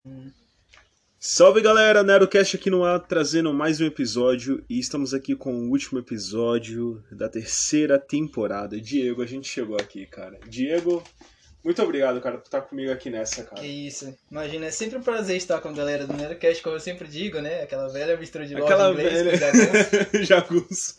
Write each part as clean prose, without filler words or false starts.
Salve galera, NeroCast aqui no ar, trazendo mais um episódio e estamos aqui com o último episódio da terceira temporada. Diego, a gente chegou aqui, cara. Diego, muito obrigado, cara, por estar comigo aqui nessa, cara. Que isso, imagina, é sempre um prazer estar com a galera do NeroCast, como eu sempre digo, né? Aquela velha mistura de Aquela inglês velha... com jagunço. jagunço.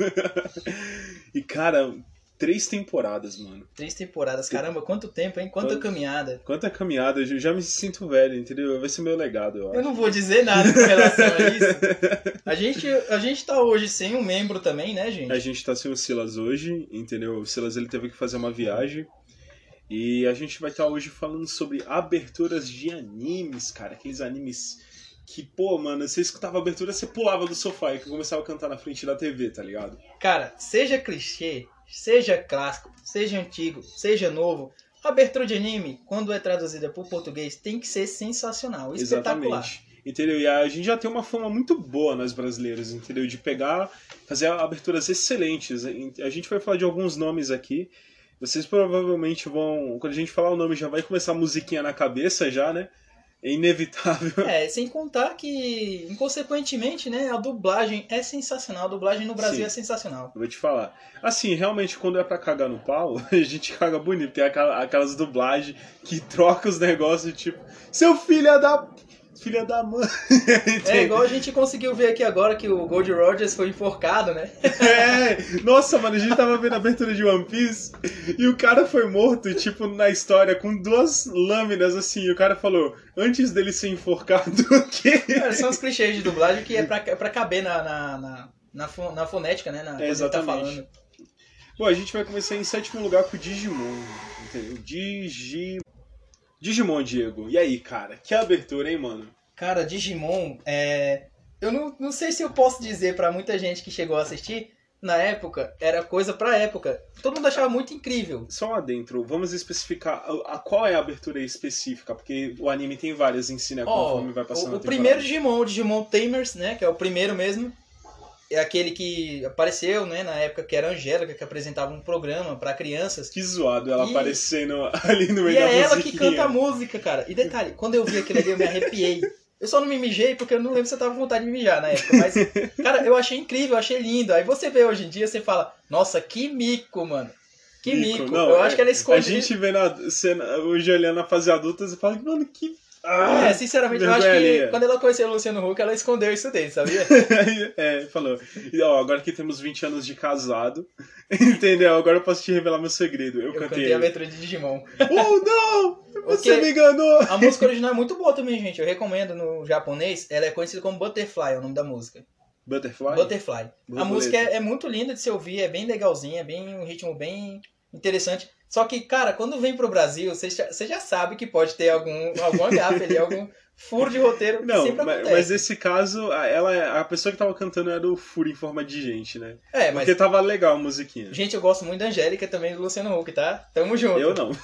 E cara, 3 temporadas, mano. 3 temporadas, caramba, quanto tempo, hein? Quanta caminhada. Quanta caminhada, eu já me sinto velho, entendeu? Vai ser meu legado, eu acho. Eu não vou dizer nada com relação a isso. A gente tá hoje sem um membro também, né, gente? A gente tá sem o Silas hoje, entendeu? O Silas ele teve que fazer uma viagem. E a gente vai estar hoje falando sobre aberturas de animes, cara. Aqueles animes que, pô, mano, você escutava a abertura, você pulava do sofá e começava a cantar na frente da TV, tá ligado? Cara, seja clichê, seja clássico, seja antigo, seja novo, a abertura de anime, quando é traduzida por português, tem que ser sensacional, espetacular. Exatamente. Entendeu? E a gente já tem uma fama muito boa nós brasileiros, entendeu? De pegar, fazer aberturas excelentes. A gente vai falar de alguns nomes aqui. Vocês provavelmente vão, quando a gente falar o nome, já vai começar a musiquinha na cabeça já, né? É inevitável. É, sem contar que, inconsequentemente, né, a dublagem é sensacional, a dublagem no Brasil Sim. é sensacional. Eu vou te falar. Assim, realmente, quando é pra cagar no pau, a gente caga bonito. Tem aquelas dublagens que troca os negócios, tipo, seu filho da... Filha da mãe. É igual a gente conseguiu ver aqui agora que o Gold Rogers foi enforcado, né? É, nossa, mano, a gente tava vendo a abertura de One Piece e o cara foi morto, tipo, na história, com 2 lâminas, assim, e o cara falou, antes dele ser enforcado, o quê? Cara, são os clichês de dublagem que é pra caber na fonética, né? Quando ele tá falando. Bom, a gente vai começar em 7º lugar com o Digimon, entendeu? Digimon, Diego. E aí, cara? Que abertura, hein, mano? Cara, Digimon, eu não sei se eu posso dizer pra muita gente que chegou a assistir, na época, era coisa pra época. Todo mundo achava muito incrível. Só lá dentro, vamos especificar qual é a abertura específica, porque o anime tem várias em si, né, conforme vai passando a temporada. O primeiro Digimon, o Digimon Tamers, né, que é o primeiro mesmo, é aquele que apareceu, né, na época que era a Angélica, que apresentava um programa pra crianças. Que zoado ela aparecendo ali no meio da musiquinha. E é ela que canta a música, cara. E detalhe, quando eu vi aquilo ali eu me arrepiei. Eu só não me mijei porque eu não lembro se eu tava com vontade de mijar na época. Mas, cara, eu achei incrível, eu achei lindo. Aí você vê hoje em dia, você fala, nossa, que mico, mano. Que mico. Não, eu acho que ela esconde. A gente vê na cena, hoje olhando a fase adulta, você fala, mano, que... Sinceramente, eu acho que quando ela conheceu o Luciano Huck, ela escondeu isso dele, sabia? Falou. E, ó, agora que temos 20 anos de casado, entendeu? Agora eu posso te revelar meu segredo. Eu cantei a abertura de Digimon. Oh, não! Você me enganou! A música original é muito boa também, gente. Eu recomendo no japonês. Ela é conhecida como Butterfly, é o nome da música. Butterfly? Butterfly. A música é muito linda de se ouvir, é bem legalzinha, um ritmo bem interessante. Só que, cara, quando vem pro Brasil, você já sabe que pode ter alguma gafe ali, algum furo de roteiro. Não, sempre acontece. Mas nesse caso, a pessoa que tava cantando era o furo em forma de gente, né? Mas... Porque tava legal a musiquinha. Gente, eu gosto muito da Angélica e também do Luciano Huck, tá? Tamo junto. Eu não.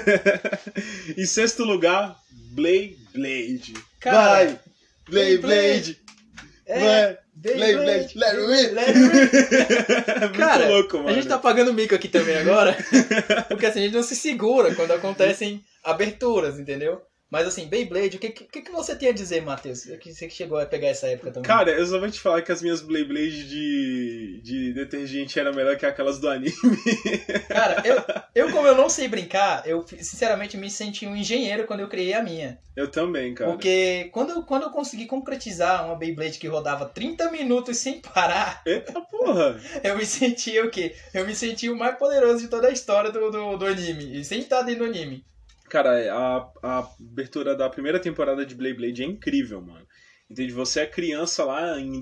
Em 6º lugar, Blade. Cara, vai! Blade! Vai! Blade, let me Cara, louco, mano. A gente tá pagando mico aqui também agora. Porque assim, a gente não se segura quando acontecem aberturas, entendeu? Mas assim, Beyblade, o que você tem a dizer, Matheus? Que você chegou a pegar essa época também? Cara, eu só vou te falar que as minhas Beyblade de detergente eram melhor que aquelas do anime. Cara, como eu não sei brincar, eu sinceramente me senti um engenheiro quando eu criei a minha. Eu também, cara. Porque quando eu consegui concretizar uma Beyblade que rodava 30 minutos sem parar... Eita porra! Eu me senti o quê? Eu me senti o mais poderoso de toda a história do anime. E sem estar dentro do anime. Cara, a abertura da primeira temporada de Beyblade é incrível, mano. Entende? Você é criança lá em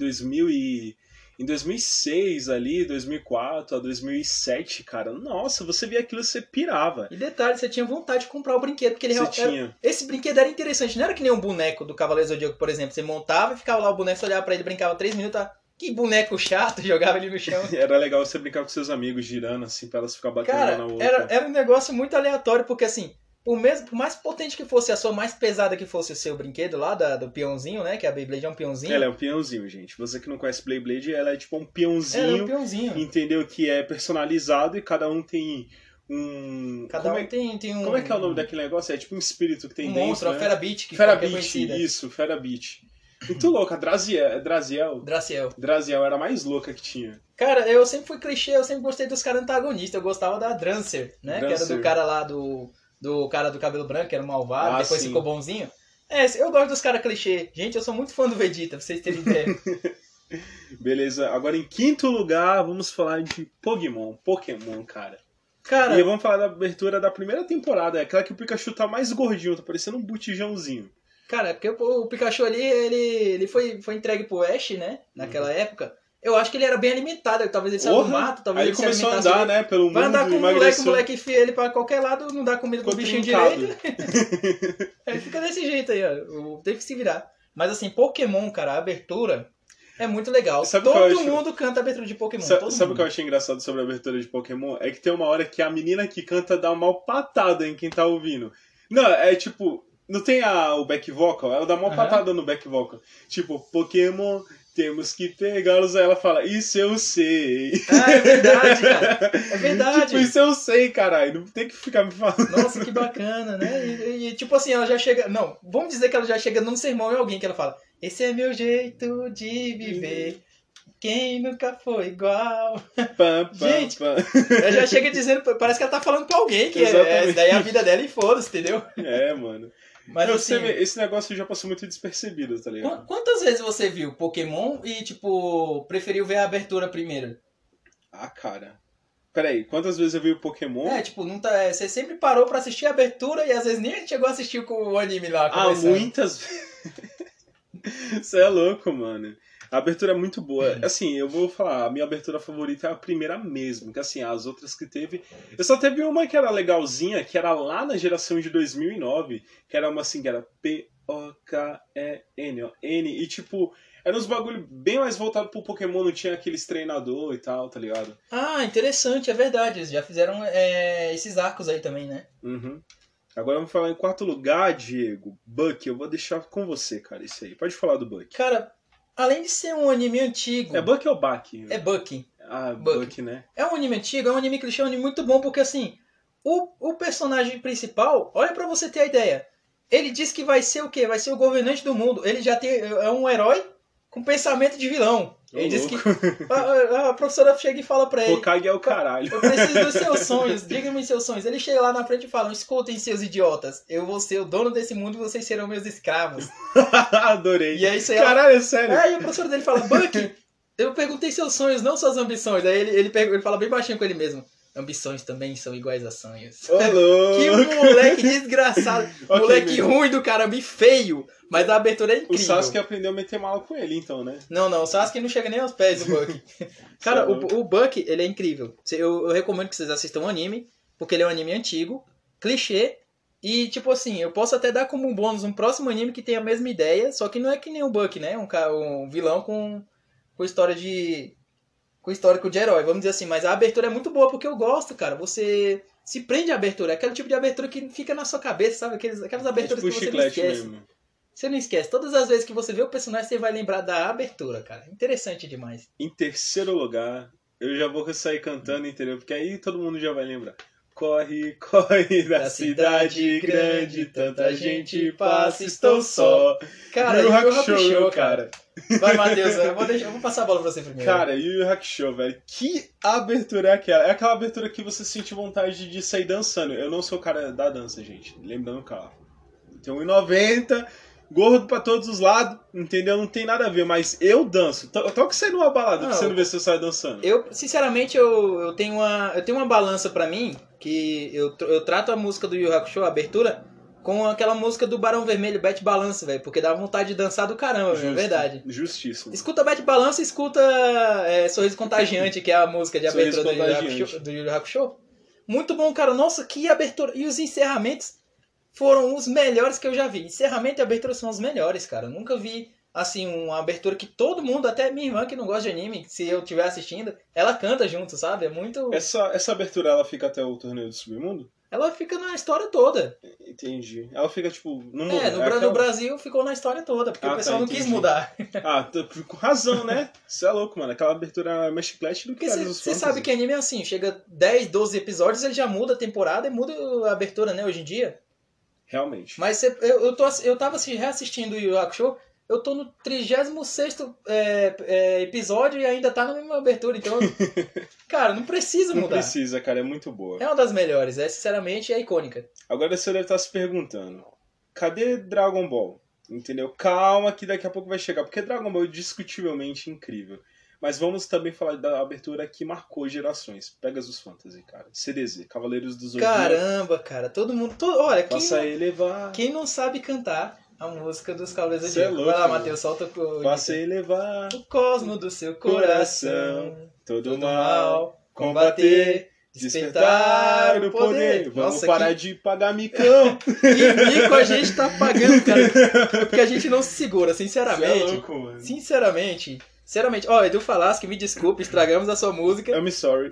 2006 ali, 2004 a 2007, cara. Nossa, você via aquilo e você pirava. E detalhe, você tinha vontade de comprar o brinquedo. Porque ele tinha. Esse brinquedo era interessante. Não era que nem um boneco do Cavaleiro Zodíaco, por exemplo. Você montava e ficava lá o boneco, você olhava pra ele, brincava 3 minutos, que boneco chato, jogava ele no chão. Era legal você brincar com seus amigos, girando assim, pra elas ficarem batendo uma na outra. Era um negócio muito aleatório, porque assim... Por mais potente que fosse a sua, mais pesada que fosse o seu brinquedo lá, do peãozinho, né? Que a Beyblade é um peãozinho. Ela é um peãozinho, gente. Você que não conhece Beyblade, ela é tipo um peãozinho. Ela é um peãozinho. Entendeu? Que é personalizado e cada um tem Cada Como um tem um... Como é que é o nome daquele negócio? É tipo um espírito que tem um dentro, monstro, né? a Fera Beat, que Fera é Beat, conhecida. isso, Fera Beat. Muito louca, Draziel. Draciel. Draziel era a mais louca que tinha. Cara, eu sempre fui clichê, eu sempre gostei dos caras antagonistas. Eu gostava da Drancer, né? Que era do Drancer. cara lá do cara do cabelo branco, que era o malvado, Ah, depois sim. ficou bonzinho. Eu gosto dos caras clichê. Gente, eu sou muito fã do Vegeta, pra vocês terem ideia. Beleza, agora em quinto lugar, vamos falar de Pokémon, cara. Cara, E vamos falar da abertura da primeira temporada, é aquela que o Pikachu tá mais gordinho, tá parecendo um botijãozinho. cara, é porque o Pikachu ali, ele foi entregue pro Ash, né? Naquela época. Eu acho que ele era bem alimentado, talvez ele saiu do mato, talvez Aí ele se começou a alimentasse andar, direito. né, pelo mundo, Vai andar com o emagreceu. moleque enfia ele pra qualquer lado, não dá comida pro Ficou bichinho trincado. direito. Aí fica desse jeito aí, ó. Teve que se virar. Mas assim, Pokémon, cara, a abertura é muito legal. Sabe o que eu Todo acho- mundo canta a abertura de Pokémon. Sabe todo o que mundo. eu achei engraçado sobre a abertura de Pokémon? É que tem uma hora que a menina que canta dá uma patada em quem tá ouvindo. Não, é tipo... Não tem o back vocal? Ela dá uma Aham. patada no back vocal. Tipo, Pokémon, temos que pegá-los. Aí ela fala, isso eu sei. Ah, é verdade, cara. É verdade. Tipo, isso eu sei, caralho. Não tem que ficar me falando. Nossa, que bacana, né? E, tipo assim, ela já chega... Não, vamos dizer que ela já chega num sermão em alguém que ela fala: esse é meu jeito de viver, quem nunca foi igual. Pam, pam, Gente, pam. Ela já chega dizendo, parece que ela tá falando pra alguém, que Exatamente. daí é a vida dela e foda-se, entendeu? É, mano. Mas Meu, assim, você vê, esse negócio já passou muito despercebido, tá ligado? quantas vezes você viu Pokémon e, tipo, preferiu ver a abertura primeiro? Ah, cara. Peraí, quantas vezes eu vi o Pokémon? Tipo, não tá, você sempre parou pra assistir a abertura e às vezes nem chegou a assistir com o anime lá. Ah, começando. muitas vezes. Você é louco, mano. A abertura é muito boa. Assim, eu vou falar, a minha abertura favorita é a primeira mesmo. Que assim, as outras que teve... Eu só teve uma que era legalzinha, que era lá na geração de 2009, que era uma assim, que era P-O-K-E-N, ó, N. E tipo, era uns bagulho bem mais voltado pro Pokémon, não tinha aqueles treinador e tal, tá ligado? Ah, interessante, é verdade. Eles já fizeram esses arcos aí também, né? Uhum. Agora vamos falar em quarto lugar, Diego. Buck, eu vou deixar com você, cara, isso aí. Pode falar do Buck. Cara, além de ser um anime antigo... É Buck ou Baki? É Bucky. Ah, Buck. Buck, né? É um anime antigo, é um anime clichê, é um anime muito bom, porque assim, o personagem principal, olha pra você ter a ideia, ele diz que vai ser o quê? Vai ser o governante do mundo. Ele já é um herói com pensamento de vilão. Ele diz que... A professora chega e fala pra ele... Hokage é o caralho. Eu preciso dos seus sonhos, diga-me seus sonhos. Ele chega lá na frente e fala: escutem, seus idiotas, eu vou ser o dono desse mundo e vocês serão meus escravos. Adorei. E é isso aí. Caralho, é sério. E o professor dele fala: Bucky, eu perguntei seus sonhos, não suas ambições. Aí ele fala bem baixinho com ele mesmo: ambições também são iguais a sonhos. Ô, louco. Que moleque desgraçado. Ok, Moleque mesmo. ruim do caramba e feio. Mas a abertura é O incrível. Sasuke aprendeu a meter mal com ele, então, né? Não, o Sasuke não chega nem aos pés do Bucky. Cara, o Bucky, ele é incrível. Eu recomendo que vocês assistam o anime, porque ele é um anime antigo, clichê, e tipo assim, eu posso até dar como um bônus um próximo anime que tem a mesma ideia, só que não é que nem o Bucky, né? Um vilão com história de... com histórico de herói, vamos dizer assim. Mas a abertura é muito boa, porque eu gosto, cara. Você se prende à abertura. É aquele tipo de abertura que fica na sua cabeça, sabe? Aquelas aberturas É tipo que você não chiclete esquece. mesmo. Você não esquece. Todas as vezes que você vê o personagem, você vai lembrar da abertura, cara. Interessante demais. Em terceiro lugar, eu já vou sair cantando, entendeu? Porque aí todo mundo já vai lembrar. Corre, corre da cidade grande, tanta gente passa, estou só. Cara, Yu Yu Yu Hakusho, Hakusho, cara. Vai, Matheus, eu vou passar a bola pra você primeiro. Cara, Yu Yu Hakusho, velho. Que abertura é aquela? É aquela abertura que você sente vontade de sair dançando. Eu não sou o cara da dança, gente. Lembrando o carro. Tenho 1,90, gordo pra todos os lados, entendeu? Não tem nada a ver, mas eu danço. Toca você numa balada pra você não ver se eu saio dançando. Eu, sinceramente, eu tenho uma balança pra mim, que eu trato a música do Yu Yu Hakusho, a abertura, com aquela música do Barão Vermelho, Bet Balance, velho, porque dá vontade de dançar do caramba, velho, é verdade. Justíssimo. Escuta Bet Balance e escuta Sorriso Contagiante, que é a música de abertura do Yu Yu Hakusho. Muito bom, cara. Nossa, que abertura. E os encerramentos foram os melhores que eu já vi. Encerramento e abertura são os melhores, cara. Eu nunca vi, assim, uma abertura que todo mundo, até minha irmã que não gosta de anime, se eu estiver assistindo, ela canta junto, sabe? É muito... Essa abertura, ela fica até o torneio do Submundo? ela fica na história toda. Entendi. Ela fica, tipo... Não muda. No Brasil ficou na história toda, porque o pessoal não quis mudar. Com razão, né? Você é louco, mano. Aquela abertura é mais chiclete do que você sabe que anime é assim, chega 10, 12 episódios, ele já muda a temporada e muda a abertura, né, hoje em dia. Realmente. Mas eu tava reassistindo o Yu Yu Hakusho, eu tô no 36º episódio e ainda tá na mesma abertura, então... Cara, não precisa mudar. Não precisa, cara, é muito boa. É uma das melhores, sinceramente, é icônica. Agora você deve estar se perguntando, cadê Dragon Ball? Entendeu? Calma que daqui a pouco vai chegar, porque Dragon Ball é discutivelmente incrível. Mas vamos também falar da abertura que marcou gerações. Pegasus Fantasy, cara. CDZ, Cavaleiros do Zodíaco. Caramba, cara, todo mundo... Olha, quem não sabe cantar a música dos Cavaleiros do Zodíaco? Vai lá, Matheus, solta o... Faça elevar o cosmo do seu coração, todo mal, combater, despertar o poder. Vamos parar de pagar micão. Que mico a gente tá pagando, cara. Porque a gente não se segura, sinceramente. Você é louco, mano. Sinceramente, Edu Falaschi, me desculpe, estragamos a sua música. I'm sorry.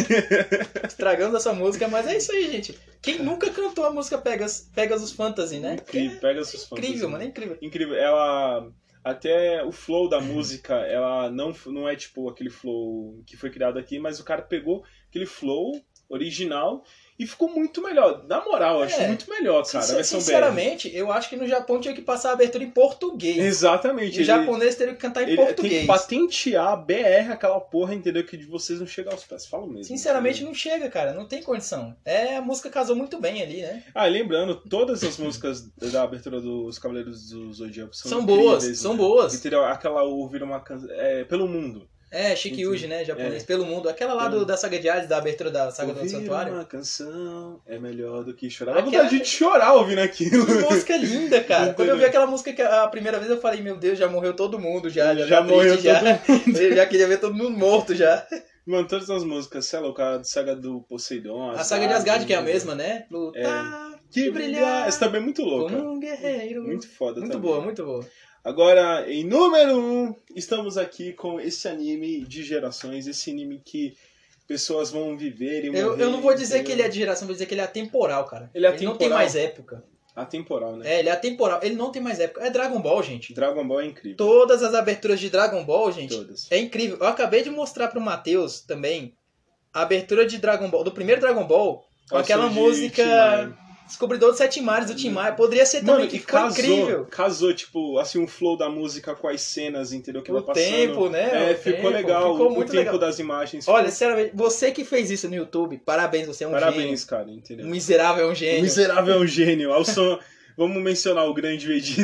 Estragamos a sua música, mas é isso aí, gente. Quem nunca cantou a música Pegasus Fantasy, né? Incrível, Pegasus Fantasy. Incrível, mano, é incrível. Incrível. Ela... Até o flow da música, ela não é tipo aquele flow que foi criado aqui, mas o cara pegou aquele flow original e ficou muito melhor. Na moral, eu acho muito melhor, cara, a versão sinceramente, eu acho que no Japão tinha que passar a abertura em português. Exatamente. O japonês teria que cantar em português. Tem que patentear BR aquela porra, entendeu? Que de vocês não chegam aos pés. Falo mesmo. Sinceramente, entendeu? Não chega, cara. Não tem condição. A música casou muito bem ali, né? Lembrando, todas as músicas da abertura dos Cavaleiros do Zodíaco são boas, são boas. Entendeu? Aquela ouvir uma canção... pelo mundo. Shikyuji, né? Japonês, pelo mundo. Aquela lá da Saga de Hades, da abertura da Saga do Santuário. Uma canção é melhor do que chorar. Dá vontade de chorar ouvindo aquilo. Que música linda, cara. Quando eu vi aquela música a primeira vez, eu falei, meu Deus, já morreu todo mundo, já morreu todo mundo. Eu já queria ver todo mundo morto, já. Mano, todas as músicas, sei lá, a saga do Poseidon. A Saga de Asgard, que é a mesma, né? Lutar, que brilhar. Essa também é muito louca. Como um guerreiro. Muito foda muito também. Muito boa. Agora, em número 1, estamos aqui com esse anime de gerações, esse anime que pessoas vão viver e morrer. Eu não vou dizer que ele é de geração, vou dizer que ele é atemporal, cara. Ele não tem mais época. Atemporal, né? Ele é atemporal. Ele não tem mais época. É Dragon Ball, gente. Dragon Ball é incrível. Todas as aberturas de Dragon Ball, gente, todas. É incrível. Eu acabei de mostrar pro Matheus também a abertura de Dragon Ball, do primeiro Dragon Ball, com aquela música... Descobridor dos Sete Mares, do Tim Maia. Poderia ser também, que ficou incrível. Casou, tipo, assim, um flow da música com as cenas, entendeu? Que vai passando. O tempo, né? Ficou legal. Ficou muito tempo legal. Das imagens. Olha, sinceramente, você que fez isso no YouTube, parabéns, você é um gênio. Parabéns, cara, entendeu? O miserável é um gênio. O miserável é um gênio. Vamos mencionar o grande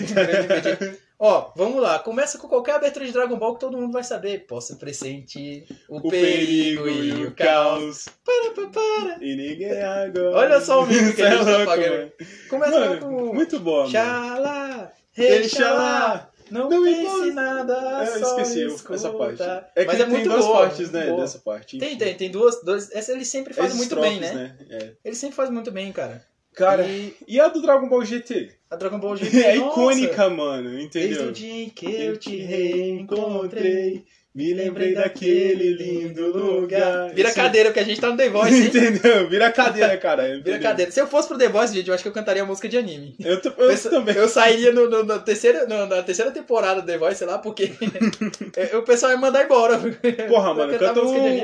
Vegeta. Vamos lá. Começa com qualquer abertura de Dragon Ball que todo mundo vai saber. Posso pressentir o perigo e o caos. Para. E ninguém agora. Olha só o mimo que a gente tá pagando. Começa com... Muito bom, Xalá, Rexalá. Não pense nada, eu só esqueci escuta. Essa parte. Mas é muito duas boa, partes, né, boa. dessa parte. Tem duas. Essa ele sempre faz muito bem, né? Ele sempre faz muito bem, cara. Cara, e a do Dragon Ball GT? A Dragon Ball GT é icônica, mano, entendeu? Desde o dia em que eu te reencontrei, me lembrei daquele lindo lugar. Vira cadeira, porque a gente tá no The Voice, hein? Entendeu? Vira cadeira, cara. Vira cadeira. Se eu fosse pro The Voice, gente, eu acho que eu cantaria a música de anime. Eu também. Eu sairia na terceira temporada do The Voice, sei lá, porque o pessoal ia mandar embora. Porra, mano, canta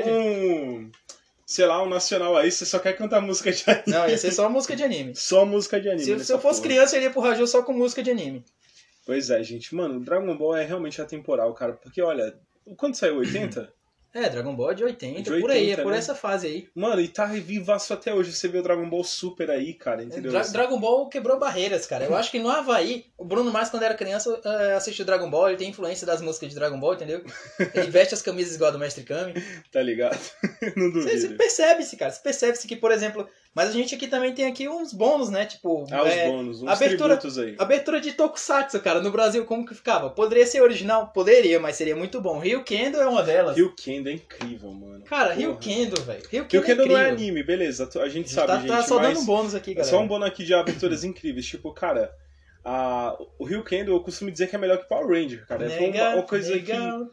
sei lá, um nacional aí, você só quer cantar música de anime. Não, ia ser só música de anime. Só música de anime. Se eu fosse criança, eu iria pro Raju só com música de anime. Pois é, gente. Mano, Dragon Ball é realmente atemporal, cara. Porque, olha, quando saiu 80? Dragon Ball é de 80, por aí, por essa fase aí. Mano, e tá vivaço até hoje. Você vê o Dragon Ball Super aí, cara, entendeu? Dragon Ball quebrou barreiras, cara. Eu acho que no Havaí, o Bruno Mars, quando era criança, assistiu Dragon Ball, ele tem influência das músicas de Dragon Ball, entendeu? Ele veste as camisas igual a do Mestre Kami. Tá ligado? Não duvido. Você percebe-se, cara. Você percebe-se que, por exemplo... Mas a gente aqui também tem aqui uns bônus, né? Tipo... os bônus, uns tributos aí. Abertura de Tokusatsu, cara. No Brasil, como que ficava? Poderia ser original? Poderia, mas seria muito bom. Ryukendo é uma delas. Ryukendo é incrível, mano. Cara, Ryukendo, velho. Ryukendo não é anime, beleza. A gente sabe, gente. Tá só dando um bônus aqui, galera. Só um bônus aqui de aberturas incríveis. Tipo, cara... o Ryukendo, eu costumo dizer que é melhor que Power Ranger, cara. É uma coisa que...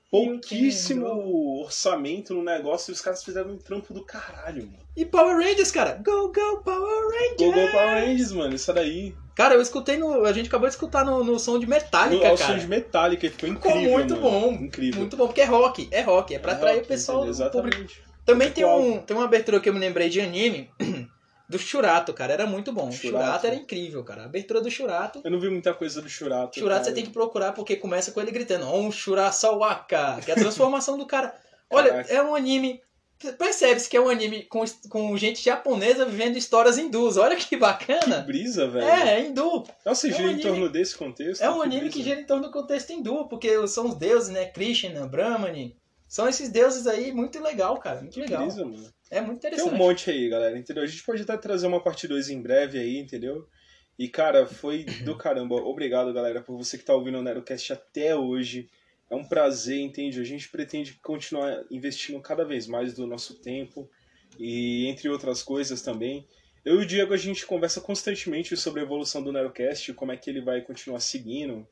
pouquíssimo orçamento no negócio e os caras fizeram um trampo do caralho, mano. E Power Rangers, cara. Go, go, Power Rangers! Go, go, Power Rangers, mano. Isso daí. Cara, eu escutei a gente acabou de escutar no som de Metallica, cara. O som de Metallica, ficou incrível, ficou muito mano. bom. Incrível. Muito bom, porque é rock, é pra atrair o pessoal do público. Também tem uma abertura que eu me lembrei de anime, do Shurato, cara, era muito bom. Shurato era incrível, cara. A abertura do Shurato. Eu não vi muita coisa do Shurato. Shurato você tem que procurar, porque começa com ele gritando Om Shurasawaka, que é a transformação do cara. Olha, caraca. É um anime... Percebe-se que é um anime com gente japonesa vivendo histórias hindus. Olha que bacana. Que brisa, velho. É hindu. Nossa, gira em torno desse contexto. É um anime que gira em torno do contexto hindu, porque são os deuses, né? Krishna, Brahmani. São esses deuses aí, muito legal, cara. Muito legal. Brisa, mano. É muito interessante. Tem um monte aí, galera, entendeu? A gente pode até trazer uma parte 2 em breve aí, entendeu? E, cara, foi do caramba. Obrigado, galera, por você que tá ouvindo o NeroCast até hoje. É um prazer, entende? A gente pretende continuar investindo cada vez mais do nosso tempo e entre outras coisas também. Eu e o Diego, a gente conversa constantemente sobre a evolução do NeroCast, como é que ele vai continuar seguindo.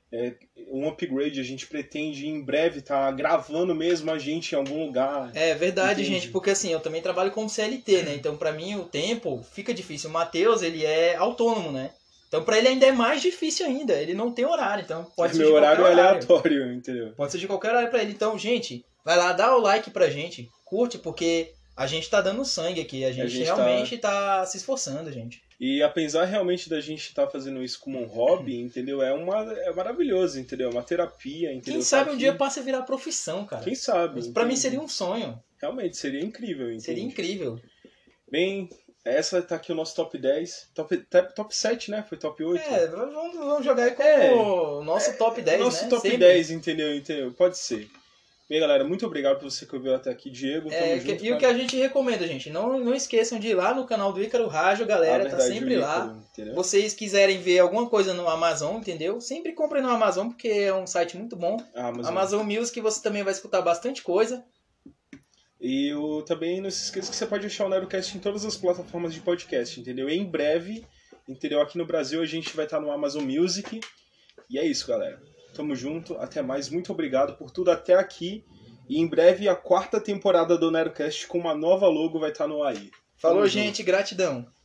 Um upgrade, a gente pretende em breve estar gravando mesmo a gente em algum lugar. É verdade, entende? Gente, porque assim, eu também trabalho como CLT, né? Então pra mim o tempo fica difícil. O Matheus, ele é autônomo, né? Então pra ele ainda é mais difícil ainda, ele não tem horário, então pode ser de qualquer horário. Meu horário é aleatório, entendeu? Pode ser de qualquer horário pra ele. Então, gente, vai lá, dá o like pra gente, curte, porque a gente tá dando sangue aqui, a gente realmente tá se esforçando, gente. E apesar realmente da gente estar fazendo isso como um hobby, entendeu? É maravilhoso, entendeu? É uma terapia, entendeu? Quem sabe um dia passa a virar profissão, cara. Quem sabe? Pra mim seria um sonho. Realmente, seria incrível, entendeu? Seria incrível. Bem... Essa tá aqui o nosso top 10. Top 7, né? Foi top 8. Vamos jogar aí como o nosso top 10, nosso né? Top sempre. 10, entendeu? Pode ser. Bem, galera, muito obrigado por você que ouviu até aqui. Diego, tamo junto. E o que a gente recomenda, gente, não esqueçam de ir lá no canal do Ícaro Rádio, galera, tá sempre lá. Entendeu? Vocês quiserem ver alguma coisa no Amazon, entendeu? Sempre comprem no Amazon, porque é um site muito bom. Amazon Music, você também vai escutar bastante coisa. E também não se esqueça que você pode achar o NeroCast em todas as plataformas de podcast, entendeu? E em breve, entendeu? Aqui no Brasil a gente vai estar no Amazon Music. E é isso, galera. Tamo junto, até mais. Muito obrigado por tudo até aqui. E em breve a 4ª temporada do NeroCast com uma nova logo vai estar no ar aí. Falou, gente. Gratidão.